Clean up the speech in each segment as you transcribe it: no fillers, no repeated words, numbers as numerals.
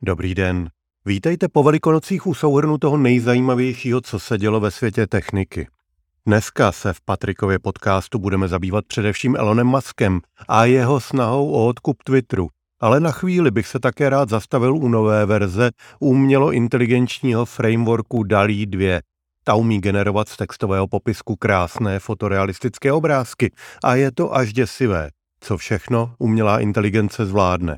Dobrý den. Vítejte po Velikonocích u souhrnu toho nejzajímavějšího, co se dělo ve světě techniky. Dneska se v Patrikově podcastu budeme zabývat především Elonem Muskem a jeho snahou o odkup Twitteru. Ale na chvíli bych se také rád zastavil u nové verze umělo-inteligenčního frameworku DALL-E 2. Ta umí generovat z textového popisku krásné fotorealistické obrázky a je to až děsivé, co všechno umělá inteligence zvládne.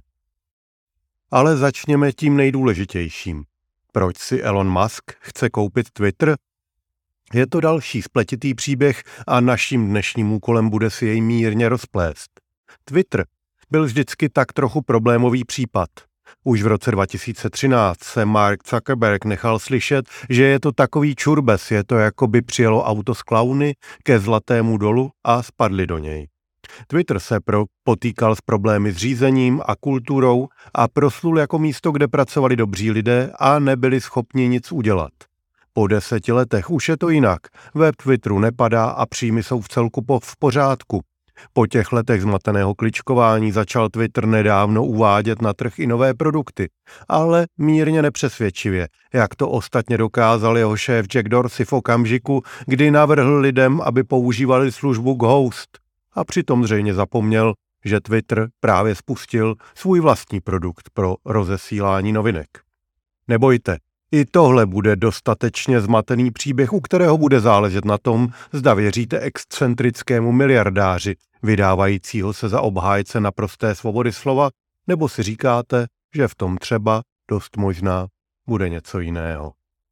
Ale začněme tím nejdůležitějším. Proč si Elon Musk chce koupit Twitter? Je to další spletitý příběh a naším dnešním úkolem bude si jej mírně rozplést. Twitter byl vždycky tak trochu problémový případ. Už v roce 2013 se Mark Zuckerberg nechal slyšet, že je to takový čurbes, je to jako by přijelo auto z klauny ke Zlatému dolu a spadli do něj. Twitter se potýkal s problémy s řízením a kulturou a proslul jako místo, kde pracovali dobří lidé a nebyli schopni nic udělat. Po 10 letech už je to jinak. Web Twitteru nepadá a příjmy jsou vcelku v pořádku. Po těch letech zmateného kličkování začal Twitter nedávno uvádět na trh i nové produkty, ale mírně nepřesvědčivě, jak to ostatně dokázal jeho šéf Jack Dorsey v okamžiku, kdy navrhl lidem, aby používali službu Ghost. A přitom zřejmě zapomněl, že Twitter právě spustil svůj vlastní produkt pro rozesílání novinek. Nebojte, i tohle bude dostatečně zmatený příběh, u kterého bude záležet na tom, zda věříte excentrickému miliardáři, vydávajícího se za obhájce naprosté svobody slova, nebo si říkáte, že v tom třeba, dost možná, bude něco jiného.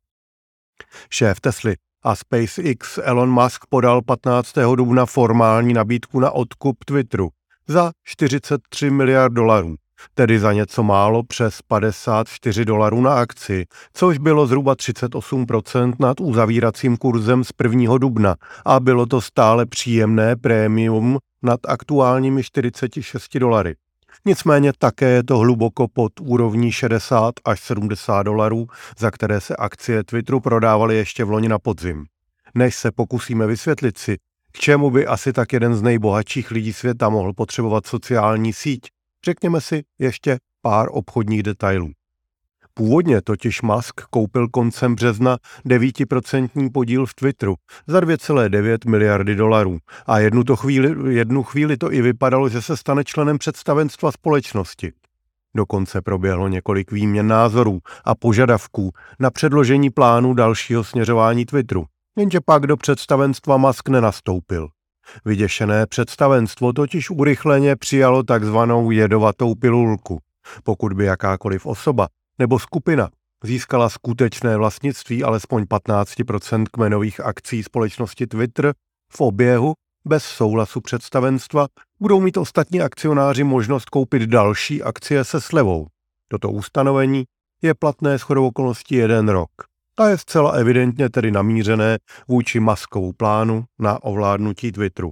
Šéf Tesly a SpaceX Elon Musk podal 15. dubna formální nabídku na odkup Twitteru za $43 miliard, tedy za něco málo přes $54 na akci, což bylo zhruba 38% nad uzavíracím kurzem z 1. dubna a bylo to stále příjemné prémium nad aktuálními $46. Nicméně také je to hluboko pod úrovní $60 až $70, za které se akcie Twitteru prodávaly ještě v loni na podzim. Než se pokusíme vysvětlit si, k čemu by asi tak jeden z nejbohatších lidí světa mohl potřebovat sociální síť, řekněme si ještě pár obchodních detailů. Původně totiž Musk koupil koncem března 9% podíl v Twitteru za $2,9 miliardy a jednu chvíli to i vypadalo, že se stane členem představenstva společnosti. Dokonce proběhlo několik výměn názorů a požadavků na předložení plánu dalšího směřování Twitteru, jenže pak do představenstva Musk nenastoupil. Vyděšené představenstvo totiž urychleně přijalo takzvanou jedovatou pilulku. Pokud by jakákoliv osoba nebo skupina získala skutečné vlastnictví alespoň 15% kmenových akcí společnosti Twitter v oběhu bez souhlasu představenstva, budou mít ostatní akcionáři možnost koupit další akcie se slevou. Toto ustanovení je platné shodou okolností 1 rok a je zcela evidentně tedy namířené vůči Muskovu plánu na ovládnutí Twitteru.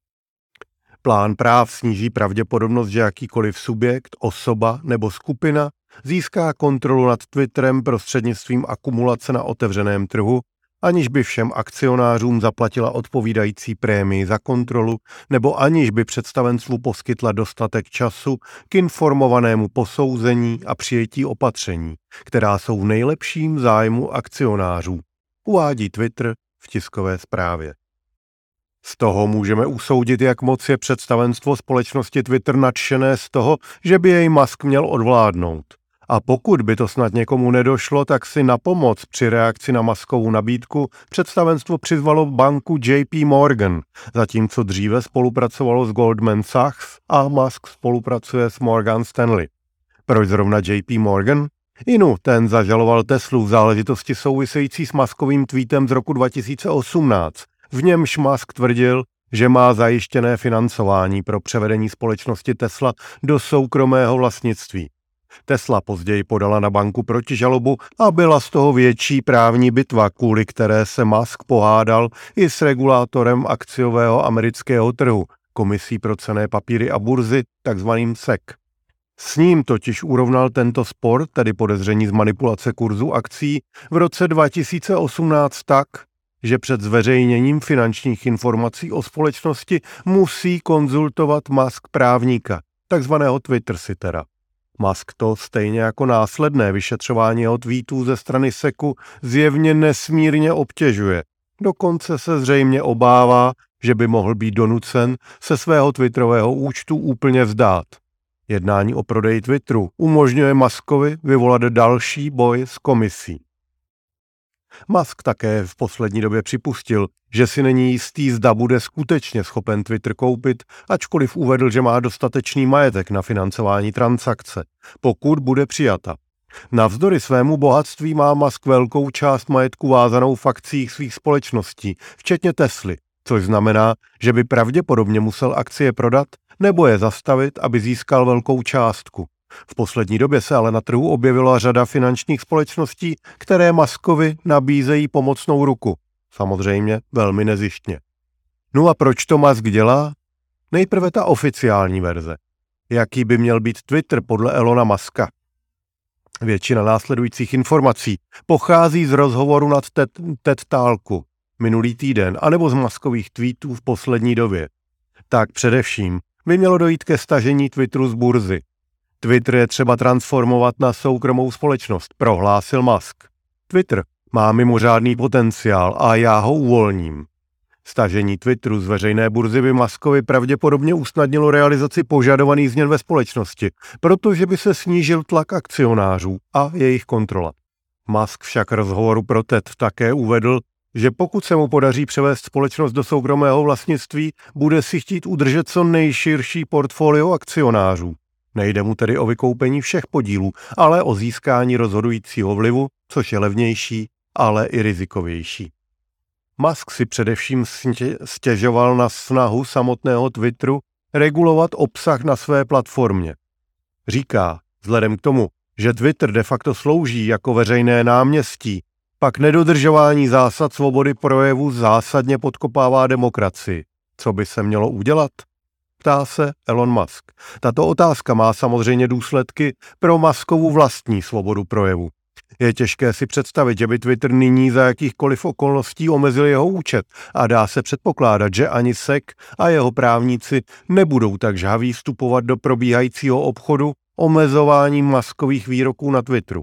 Plán práv sníží pravděpodobnost, že jakýkoliv subjekt, osoba nebo skupina získá kontrolu nad Twitterem prostřednictvím akumulace na otevřeném trhu, aniž by všem akcionářům zaplatila odpovídající prémii za kontrolu, nebo aniž by představenstvu poskytla dostatek času k informovanému posouzení a přijetí opatření, která jsou v nejlepším zájmu akcionářů, uvádí Twitter v tiskové zprávě. Z toho můžeme usoudit, jak moc je představenstvo společnosti Twitter nadšené z toho, že by jej Musk měl odvládnout. A pokud by to snad někomu nedošlo, tak si na pomoc při reakci na Muskovu nabídku představenstvo přizvalo banku JP Morgan, zatímco dříve spolupracovalo s Goldman Sachs a Musk spolupracuje s Morgan Stanley. Proč zrovna JP Morgan? Ten zažaloval Teslu v záležitosti související s Muskovým tweetem z roku 2018, v němž Musk tvrdil, že má zajištěné financování pro převedení společnosti Tesla do soukromého vlastnictví. Tesla později podala na banku protižalobu a byla z toho větší právní bitva, kvůli které se Musk pohádal i s regulátorem akciového amerického trhu, Komisí pro cenné papíry a burzy, takzvaným SEC. S ním totiž urovnal tento spor, tedy podezření z manipulace kurzu akcí, v roce 2018 tak, že před zveřejněním finančních informací o společnosti musí konzultovat Musk právníka, takzvaného Twitter sittera. Musk to stejně jako následné vyšetřování jeho tweetů ze strany SECu zjevně nesmírně obtěžuje. Dokonce se zřejmě obává, že by mohl být donucen se svého twitterového účtu úplně vzdát. Jednání o prodeji Twitteru umožňuje Muskovi vyvolat další boj s komisí. Musk také v poslední době připustil, že si není jistý, zda bude skutečně schopen Twitter koupit, ačkoliv uvedl, že má dostatečný majetek na financování transakce, pokud bude přijata. Navzdory svému bohatství má Musk velkou část majetku vázanou v akciích svých společností, včetně Tesly, což znamená, že by pravděpodobně musel akcie prodat nebo je zastavit, aby získal velkou částku. V poslední době se ale na trhu objevila řada finančních společností, které Muskovi nabízejí pomocnou ruku. Samozřejmě velmi nezištně. No a proč to Musk dělá? Nejprve ta oficiální verze. Jaký by měl být Twitter podle Elona Muska? Většina následujících informací pochází z rozhovoru nad TED Talku minulý týden anebo z Muskových tweetů v poslední době. Tak především by mělo dojít ke stažení Twitteru z burzy. Twitter je třeba transformovat na soukromou společnost, prohlásil Musk. Twitter má mimořádný potenciál a já ho uvolním. Stažení Twitteru z veřejné burzy by Muskovi pravděpodobně usnadnilo realizaci požadovaných změn ve společnosti, protože by se snížil tlak akcionářů a jejich kontrola. Musk však rozhovoru pro TED také uvedl, že pokud se mu podaří převést společnost do soukromého vlastnictví, bude si chtít udržet co nejširší portfolio akcionářů. Nejde mu tedy o vykoupení všech podílů, ale o získání rozhodujícího vlivu, což je levnější, ale i rizikovější. Musk si především stěžoval na snahu samotného Twitteru regulovat obsah na své platformě. Říká, vzhledem k tomu, že Twitter de facto slouží jako veřejné náměstí, pak nedodržování zásad svobody projevu zásadně podkopává demokracii. Co by se mělo udělat? Ptá se Elon Musk. Tato otázka má samozřejmě důsledky pro Muskovu vlastní svobodu projevu. Je těžké si představit, že by Twitter nyní za jakýchkoliv okolností omezil jeho účet a dá se předpokládat, že ani SEC a jeho právníci nebudou tak žhaví vstupovat do probíhajícího obchodu omezováním Muskových výroků na Twitteru.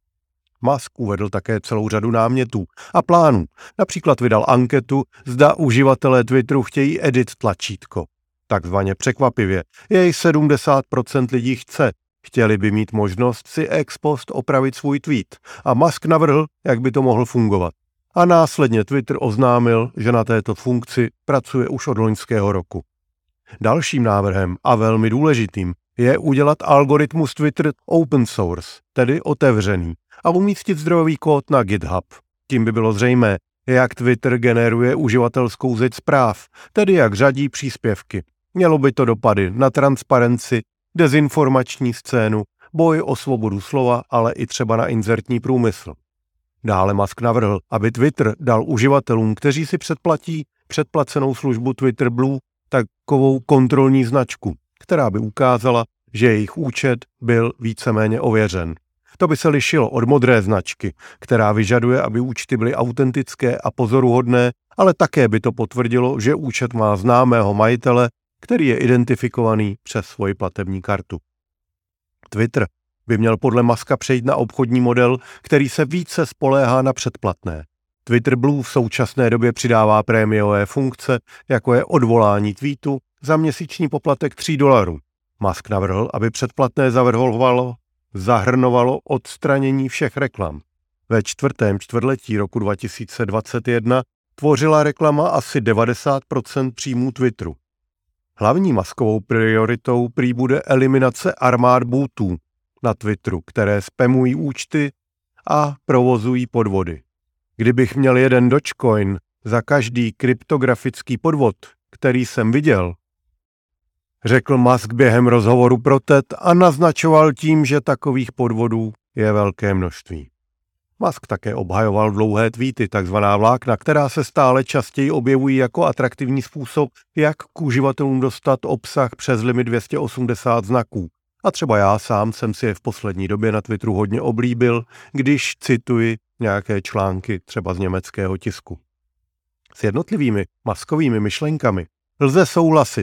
Musk uvedl také celou řadu námětů a plánů. Například vydal anketu, zda uživatelé Twitteru chtějí edit tlačítko. Takzvaně překvapivě, jej 70% lidí chce. Chtěli by mít možnost si ex post opravit svůj tweet a Musk navrhl, jak by to mohl fungovat. A následně Twitter oznámil, že na této funkci pracuje už od loňského roku. Dalším návrhem a velmi důležitým je udělat algoritmus Twitter open source, tedy otevřený, a umístit zdrojový kód na GitHub. Tím by bylo zřejmé, jak Twitter generuje uživatelskou zeď zpráv, tedy jak řadí příspěvky. Mělo by to dopady na transparenci, dezinformační scénu, boj o svobodu slova, ale i třeba na inzertní průmysl. Dále Musk navrhl, aby Twitter dal uživatelům, kteří si předplatí předplacenou službu Twitter Blue, takovou kontrolní značku, která by ukázala, že jejich účet byl víceméně ověřen. To by se lišilo od modré značky, která vyžaduje, aby účty byly autentické a pozoruhodné, ale také by to potvrdilo, že účet má známého majitele, který je identifikovaný přes svoji platební kartu. Twitter by měl podle Muska přejít na obchodní model, který se více spoléhá na předplatné. Twitter Blue v současné době přidává prémiové funkce, jako je odvolání tweetu za měsíční poplatek $3. Musk navrhl, aby předplatné zahrnovalo odstranění všech reklam. Ve čtvrtém čtvrtletí roku 2021 tvořila reklama asi 90% příjmů Twitteru. Hlavní Muskovou prioritou prý bude eliminace armád botů na Twitteru, které spamují účty a provozují podvody. Kdybych měl jeden Dogecoin za každý kryptografický podvod, který jsem viděl, řekl Musk během rozhovoru pro TED a naznačoval tím, že takových podvodů je velké množství. Musk také obhajoval dlouhé tweety, takzvaná vlákna, která se stále častěji objevují jako atraktivní způsob, jak k uživatelům dostat obsah přes limit 280 znaků. A třeba já sám jsem si je v poslední době na Twitteru hodně oblíbil, když cituji nějaké články třeba z německého tisku. S jednotlivými Muskovými myšlenkami lze souhlasit,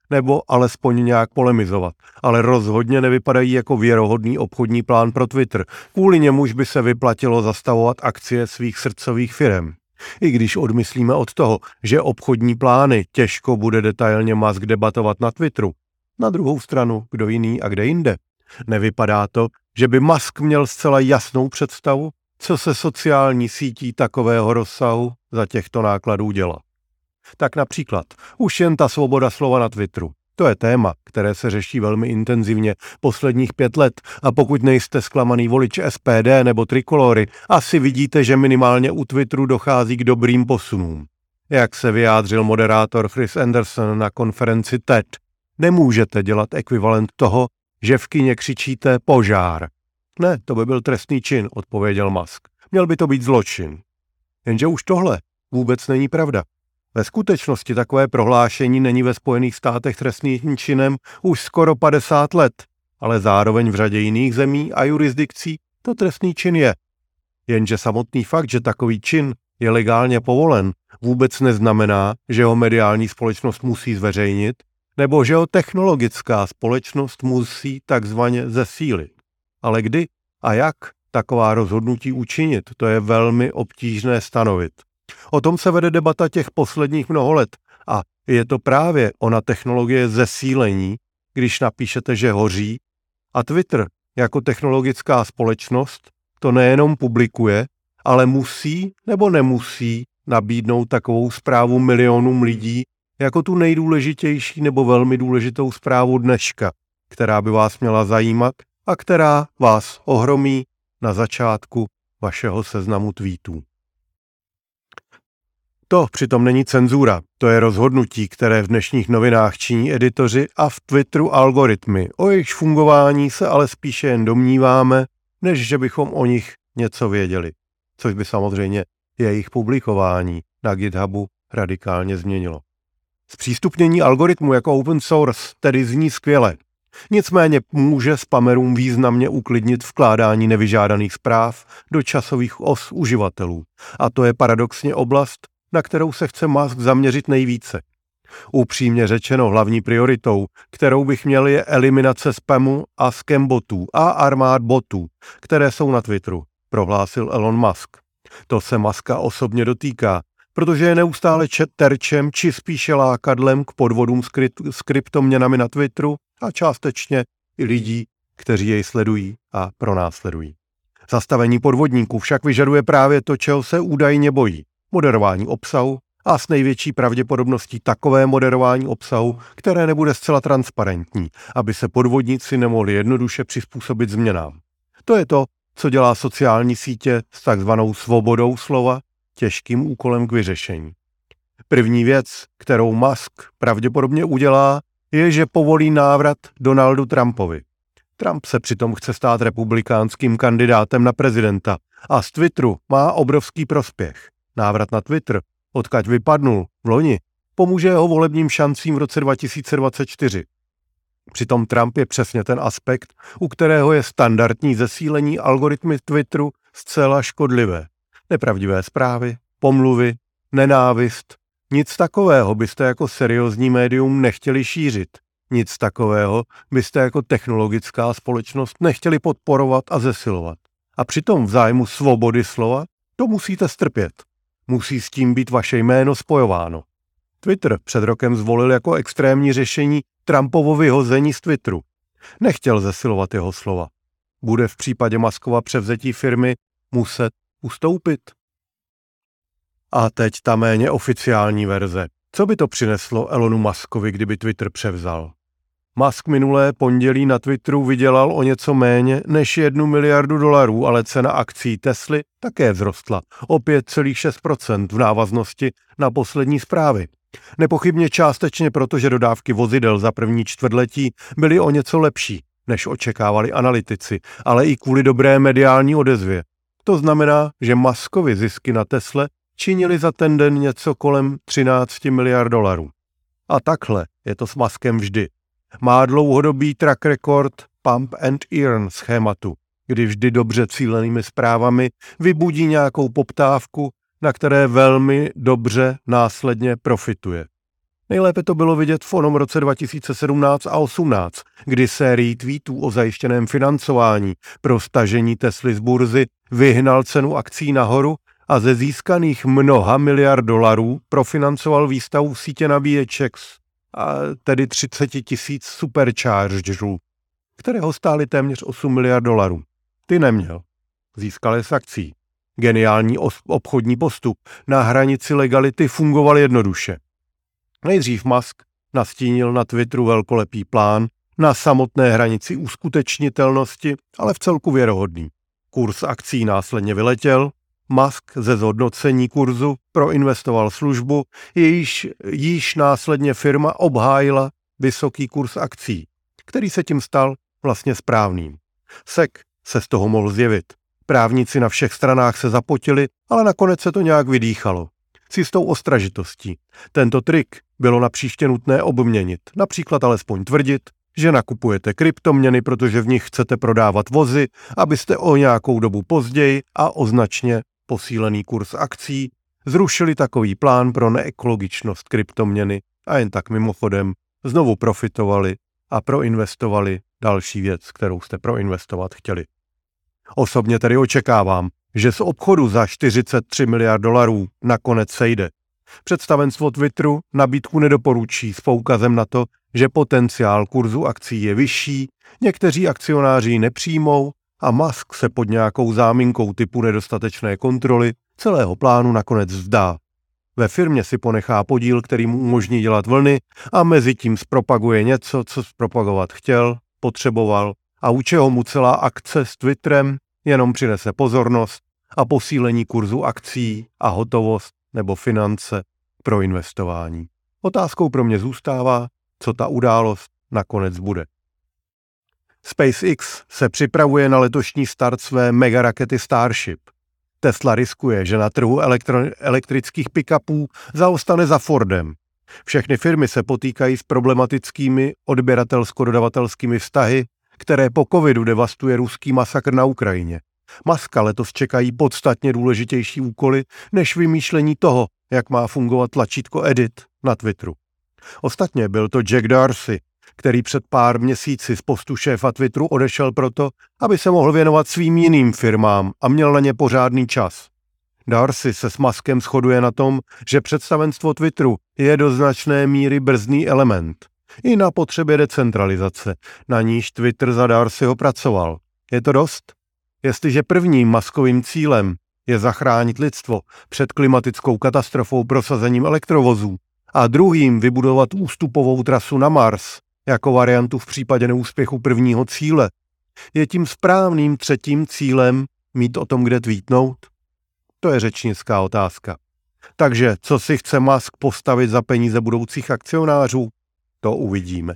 nebo alespoň nějak polemizovat, ale rozhodně nevypadají jako věrohodný obchodní plán pro Twitter. Kvůli němuž by se vyplatilo zastavovat akcie svých srdcových firem. I když odmyslíme od toho, že obchodní plány těžko bude detailně Musk debatovat na Twitteru, na druhou stranu, kdo jiný a kde jinde. Nevypadá to, že by Musk měl zcela jasnou představu, co se sociální sítí takového rozsahu za těchto nákladů dělá. Tak například už jen ta svoboda slova na Twitteru. To je téma, které se řeší velmi intenzivně posledních 5 let a pokud nejste zklamaný volič SPD nebo Trikolory, asi vidíte, že minimálně u Twitteru dochází k dobrým posunům. Jak se vyjádřil moderátor Chris Anderson na konferenci TED, nemůžete dělat ekvivalent toho, že v kině křičíte požár. Ne, to by byl trestný čin, odpověděl Musk. Měl by to být zločin. Jenže už tohle vůbec není pravda. Ve skutečnosti takové prohlášení není ve Spojených státech trestným činem už skoro 50 let, ale zároveň v řadě jiných zemí a jurisdikcí to trestný čin je. Jenže samotný fakt, že takový čin je legálně povolen, vůbec neznamená, že ho mediální společnost musí zveřejnit, nebo že ho technologická společnost musí takzvaně zesílit. Ale kdy a jak taková rozhodnutí učinit, to je velmi obtížné stanovit. O tom se vede debata těch posledních mnoho let a je to právě ona technologie zesílení, když napíšete, že hoří, a Twitter jako technologická společnost to nejenom publikuje, ale musí nebo nemusí nabídnout takovou zprávu milionům lidí jako tu nejdůležitější nebo velmi důležitou zprávu dneška, která by vás měla zajímat a která vás ohromí na začátku vašeho seznamu tweetů. To přitom není cenzura, to je rozhodnutí, které v dnešních novinách činí editoři a v Twitteru algoritmy. O jejich fungování se ale spíše jen domníváme, než že bychom o nich něco věděli, což by samozřejmě jejich publikování na GitHubu radikálně změnilo. Zpřístupnění algoritmu jako open source tedy zní skvěle. Nicméně může spamerům významně uklidnit vkládání nevyžádaných zpráv do časových os uživatelů. A to je paradoxně oblast, na kterou se chce Musk zaměřit nejvíce. Upřímně řečeno, hlavní prioritou, kterou bych měl, je eliminace spamu a scambotů a armád botů, které jsou na Twitteru, prohlásil Elon Musk. To se Muska osobně dotýká, protože je neustále terčem či spíše lákadlem k podvodům s kryptoměnami na Twitteru a částečně i lidí, kteří jej sledují a pronásledují. Zastavení podvodníků však vyžaduje právě to, čeho se údajně bojí. Moderování obsahu a s největší pravděpodobností takové moderování obsahu, které nebude zcela transparentní, aby se podvodníci nemohli jednoduše přizpůsobit změnám. To je to, co dělá sociální sítě s takzvanou svobodou slova těžkým úkolem k vyřešení. První věc, kterou Musk pravděpodobně udělá, je, že povolí návrat Donaldu Trumpovi. Trump se přitom chce stát republikánským kandidátem na prezidenta a z Twitteru má obrovský prospěch. Návrat na Twitter, odkud vypadnul v loni, pomůže jeho volebním šancím v roce 2024. Přitom Trump je přesně ten aspekt, u kterého je standardní zesílení algoritmy Twitteru zcela škodlivé. Nepravdivé zprávy, pomluvy, nenávist. Nic takového byste jako seriózní médium nechtěli šířit. Nic takového byste jako technologická společnost nechtěli podporovat a zesilovat. A přitom v zájmu svobody slova to musíte strpět. Musí s tím být vaše jméno spojováno. Twitter před rokem zvolil jako extrémní řešení Trumpovo vyhození z Twitteru. Nechtěl zesilovat jeho slova. Bude v případě Muskova převzetí firmy muset ustoupit. A teď ta méně oficiální verze. Co by to přineslo Elonu Muskovi, kdyby Twitter převzal? Musk minulé pondělí na Twitteru vydělal o něco méně než $1 miliardu, ale cena akcií Tesly také vzrostla o 5,6% v návaznosti na poslední zprávy. Nepochybně částečně proto, že dodávky vozidel za první čtvrtletí byly o něco lepší, než očekávali analytici, ale i kvůli dobré mediální odezvě. To znamená, že Muskovi zisky na Tesle činily za ten den něco kolem $13 miliard. A takhle je to s Muskem vždy. Má dlouhodobý track record pump and earn schématu, kdy vždy dobře cílenými zprávami vybudí nějakou poptávku, na které velmi dobře následně profituje. Nejlépe to bylo vidět v onom roce 2017 a 2018, kdy sérii tweetů o zajištěném financování pro stažení Tesly z burzy vyhnal cenu akcí nahoru a ze získaných mnoha miliard dolarů profinancoval výstavu sítě nabíječek, a tedy 30 000 superchargerů, které ho stály téměř 8 miliard dolarů. Ty neměl. Získal je z akcí. Geniální obchodní postup na hranici legality fungoval jednoduše. Nejdřív Musk nastínil na Twitteru velkolepý plán na samotné hranici uskutečnitelnosti, ale vcelku věrohodný. Kurz akcí následně vyletěl, Musk ze zhodnocení kurzu proinvestoval službu, již následně firma obhájila vysoký kurz akcí, který se tím stal vlastně správným. SEC se z toho mohl zjevit. Právníci na všech stranách se zapotili, ale nakonec se to nějak vydýchalo. S jistou ostražitostí. Tento trik bylo napříště nutné obměnit, například alespoň tvrdit, že nakupujete kryptoměny, protože v nich chcete prodávat vozy, abyste o nějakou dobu později a o značně posílený kurz akcí zrušili takový plán pro neekologičnost kryptoměny a jen tak mimochodem znovu profitovali a proinvestovali další věc, kterou jste proinvestovat chtěli. Osobně tedy očekávám, že z obchodu za 43 miliard dolarů nakonec sejde. Představenstvo Twitteru nabídku nedoporučí s poukazem na to, že potenciál kurzu akcí je vyšší, někteří akcionáři ji nepřijmou a Musk se pod nějakou záminkou typu nedostatečné kontroly celého plánu nakonec vzdá. Ve firmě si ponechá podíl, který mu umožní dělat vlny a mezi tím zpropaguje něco, co zpropagovat chtěl, potřeboval a u čeho mu celá akce s Twitterem jenom přinese pozornost a posílení kurzu akcí a hotovost nebo finance pro investování. Otázkou pro mě zůstává, co ta událost nakonec bude. SpaceX se připravuje na letošní start své megarakety Starship. Tesla riskuje, že na trhu elektrických pick-upů zaostane za Fordem. Všechny firmy se potýkají s problematickými odběratelsko-dodavatelskými vztahy, které po covidu devastuje ruský masakr na Ukrajině. Muska letos čekají podstatně důležitější úkoly než vymýšlení toho, jak má fungovat tlačítko Edit na Twitteru. Ostatně byl to Jack Dorsey, který před pár měsíci z postu šéfa Twitteru odešel proto, aby se mohl věnovat svým jiným firmám a měl na ně pořádný čas. Dorsey se s Muskem shoduje na tom, že představenstvo Twitteru je do značné míry brzdný element. I na potřebě decentralizace, na níž Twitter za Dorseyho pracoval. Je to dost? Jestliže prvním Muskovým cílem je zachránit lidstvo před klimatickou katastrofou prosazením elektrovozů a druhým vybudovat ústupovou trasu na Mars jako variantu v případě neúspěchu prvního cíle, je tím správným třetím cílem mít o tom kde tweetnout? To je řečnická otázka. Takže co si chce Musk postavit za peníze budoucích akcionářů? To uvidíme.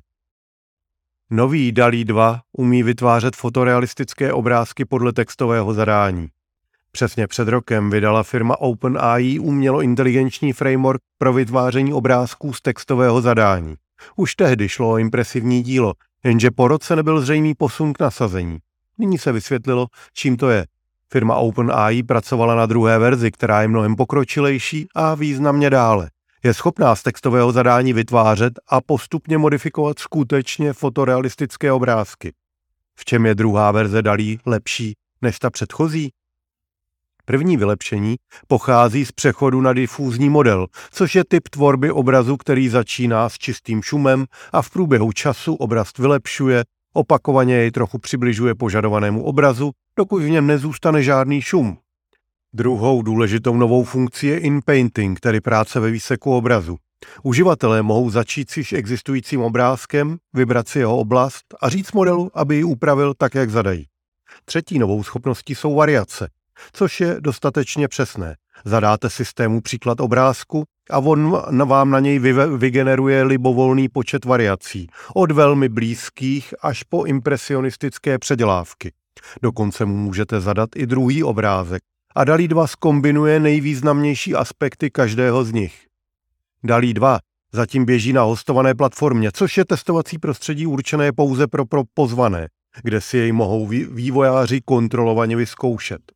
Nový DALL-E 2 umí vytvářet fotorealistické obrázky podle textového zadání. Přesně před rokem vydala firma OpenAI umělointeligenční framework pro vytváření obrázků z textového zadání. Už tehdy šlo o impresivní dílo, jenže po roce nebyl zřejmý posun k nasazení. Nyní se vysvětlilo, čím to je. Firma OpenAI pracovala na druhé verzi, která je mnohem pokročilejší a významně dále. Je schopná z textového zadání vytvářet a postupně modifikovat skutečně fotorealistické obrázky. V čem je druhá verze DALL-E lepší než ta předchozí? První vylepšení pochází z přechodu na difúzní model, což je typ tvorby obrazu, který začíná s čistým šumem a v průběhu času obraz vylepšuje, opakovaně jej trochu přibližuje požadovanému obrazu, dokud v něm nezůstane žádný šum. Druhou důležitou novou funkcí je in-painting, tedy práce ve výseku obrazu. Uživatelé mohou začít s již existujícím obrázkem, vybrat si jeho oblast a říct modelu, aby ji upravil tak, jak zadají. Třetí novou schopností jsou variace, což je dostatečně přesné. Zadáte systému příklad obrázku a on vám na něj vygeneruje libovolný počet variací, od velmi blízkých až po impresionistické předělávky. Dokonce mu můžete zadat i druhý obrázek a DALL-E 2 zkombinuje nejvýznamnější aspekty každého z nich. DALL-E 2 zatím běží na hostované platformě, což je testovací prostředí určené pouze pro pozvané, kde si jej mohou vývojáři kontrolovaně vyzkoušet.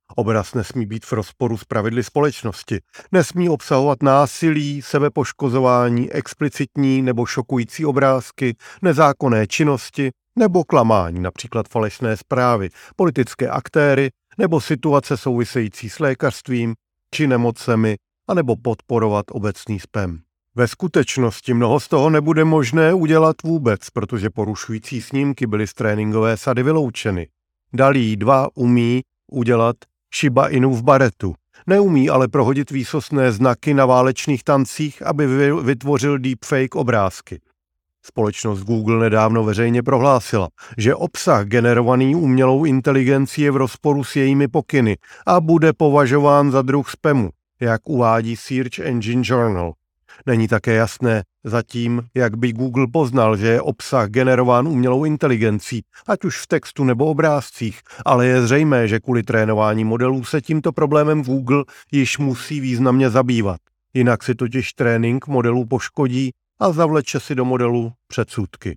Obraz nesmí být v rozporu s pravidly společnosti, nesmí obsahovat násilí, sebepoškozování, explicitní nebo šokující obrázky, nezákonné činnosti nebo klamání, například falešné zprávy, politické aktéry nebo situace související s lékařstvím či nemocemi, anebo podporovat obecný spam. Ve skutečnosti mnoho z toho nebude možné udělat vůbec, protože porušující snímky byly z tréninkové sady vyloučeny. DALL-E 2 umí udělat Shiba Inu v baretu. Neumí ale prohodit výsostné znaky na válečných tancích, aby vytvořil deepfake obrázky. Společnost Google nedávno veřejně prohlásila, že obsah generovaný umělou inteligencí je v rozporu s jejími pokyny a bude považován za druh spamu, jak uvádí Search Engine Journal. Není také jasné zatím, jak by Google poznal, že je obsah generován umělou inteligencí, ať už v textu nebo obrázcích, ale je zřejmé, že kvůli trénování modelů se tímto problémem Google již musí významně zabývat. Jinak si totiž trénink modelů poškodí a zavleče si do modelu předsudky.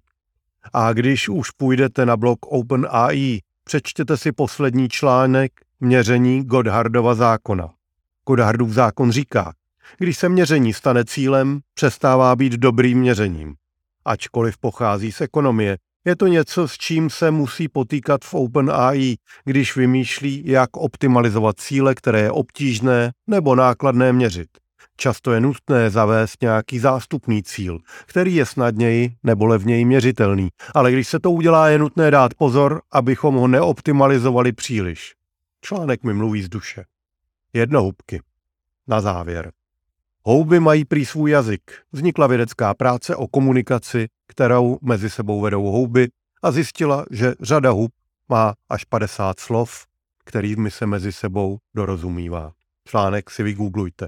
A když už půjdete na blog OpenAI, přečtěte si poslední článek Měření Goddhardova zákona. Goddhardův zákon říká, když se měření stane cílem, přestává být dobrým měřením. Ačkoliv pochází z ekonomie, je to něco, s čím se musí potýkat v OpenAI, když vymýšlí, jak optimalizovat cíle, které je obtížné nebo nákladné měřit. Často je nutné zavést nějaký zástupný cíl, který je snadněji nebo levněji měřitelný, ale když se to udělá, je nutné dát pozor, abychom ho neoptimalizovali příliš. Článek mi mluví z duše. Jednohubky. Na závěr. Houby mají prý svůj jazyk. Vznikla vědecká práce o komunikaci, kterou mezi sebou vedou houby, a zjistila, že řada hub má až 50 slov, kterými se mezi sebou dorozumívá. Článek si vygooglujte.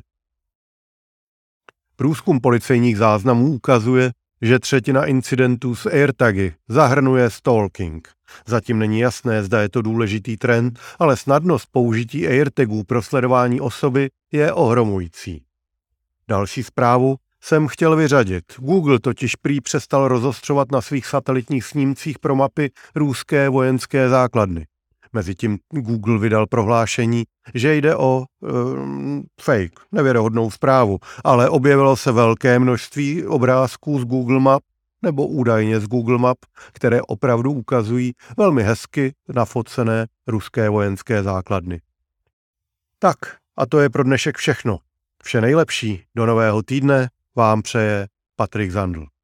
Průzkum policejních záznamů ukazuje, že 1/3 incidentů s AirTagy zahrnuje stalking. Zatím není jasné, zda je to důležitý trend, ale snadnost použití AirTagů pro sledování osoby je ohromující. Další zprávu jsem chtěl vyřadit. Google totiž prý přestal rozostřovat na svých satelitních snímcích pro mapy ruské vojenské základny. Mezitím Google vydal prohlášení, že jde o fake, nevěrohodnou zprávu, ale objevilo se velké množství obrázků z Google Map nebo údajně z Google Map, které opravdu ukazují velmi hezky nafocené ruské vojenské základny. Tak, a to je pro dnešek všechno. Vše nejlepší do nového týdne vám přeje Patrik Zandl.